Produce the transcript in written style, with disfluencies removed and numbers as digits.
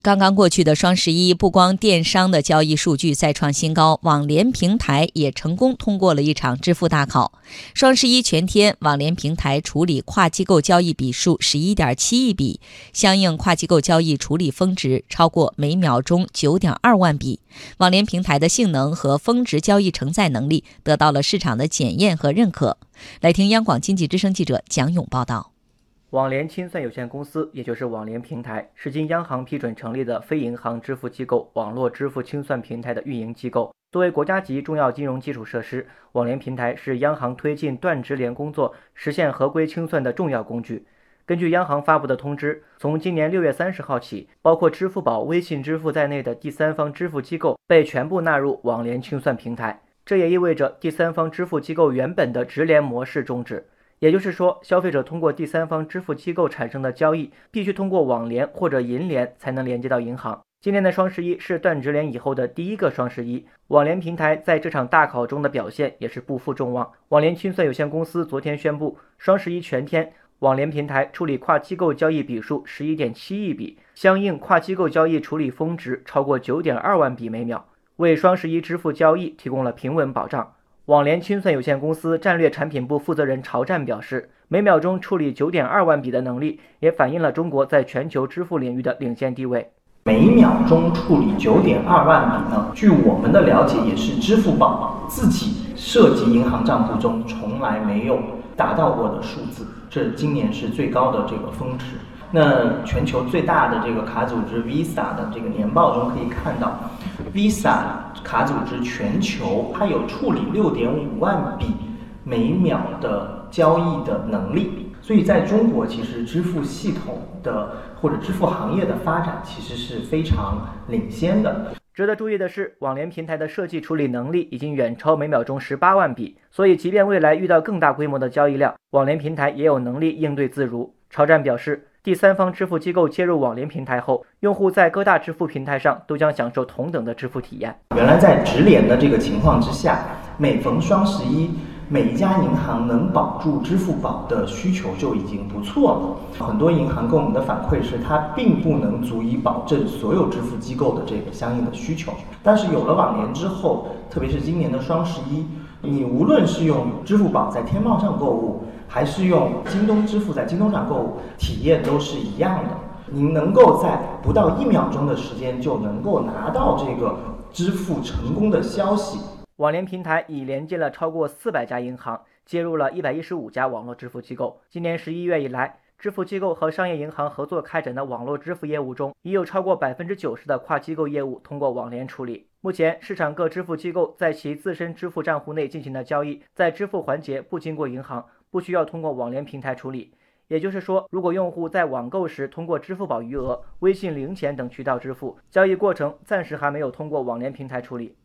刚刚过去的双十一，不光电商的交易数据再创新高，网联平台也成功通过了一场支付大考。双十一全天，网联平台处理跨机构交易笔数11.7亿笔，相应跨机构交易处理峰值超过每秒钟9.2万笔。网联平台的性能和峰值交易承载能力得到了市场的检验和认可。来听央广经济之声记者蒋勇报道。 网联清算有限公司，也就是网联平台，是经央行批准成立的非银行支付机构网络支付清算平台的运营机构。作为国家级重要金融基础设施，网联平台是央行推进断直连工作、实现合规清算的重要工具。根据央行发布的通知，从今年6月30号起，包括支付宝、微信支付在内的第三方支付机构被全部纳入网联清算平台。这也意味着第三方支付机构原本的直连模式终止。也就是说，消费者通过第三方支付机构产生的交易，必须通过网联或者银联才能连接到银行。今年的双十一是断直连以后的第一个双十一，网联平台在这场大考中的表现也是不负众望。网联清算有限公司昨天宣布，双十一全天，网联平台处理跨机构交易笔数11.7亿笔，相应跨机构交易处理峰值超过9.2万笔每秒，为双十一支付交易提供了平稳保障。网联清算有限公司战略产品部负责人曹战表示，每秒钟处理9.2万笔的能力，也反映了中国在全球支付领域的领先地位。 每秒钟处理9.2万笔呢，据我们的了解，也是支付宝自己涉及银行账户中从来没有达到过的数字，这今年是最高的这个峰值。那全球最大的这个卡组织 Visa 的这个年报中可以看到， Visa 卡组织全球它有处理6.5万笔每秒的交易的能力，所以在中国其实支付系统的或者支付行业的发展其实是非常领先的。 值得注意的是，网联平台的设计处理能力已经远超每秒钟18万笔，所以即便未来遇到更大规模的交易量，网联平台也有能力应对自如。曹战表示，第三方支付机构接入网联平台后，用户在各大支付平台上都将享受同等的支付体验。 原来在直连的这个情况之下，每逢双十一，每一家银行能保住支付宝的需求就已经不错了。很多银行跟我们的反馈是，它并不能足以保证所有支付机构的这个相应的需求。但是有了网联之后，特别是今年的双十一，你无论是用支付宝在天猫上购物，还是用京东支付在京东上购物，体验都是一样的。您能够在不到1秒钟的时间就能够拿到这个支付成功的消息。 网联平台已连接了超过400家银行，接入了115家网络支付机构。今年11月以来，支付机构和商业银行合作开展的网络支付业务中，已有超过90%的跨机构业务通过网联处理。目前，市场各支付机构在其自身支付账户内进行的交易，在支付环节不经过银行，不需要通过网联平台处理。也就是说，如果用户在网购时通过支付宝余额、微信零钱等渠道支付，交易过程暂时还没有通过网联平台处理。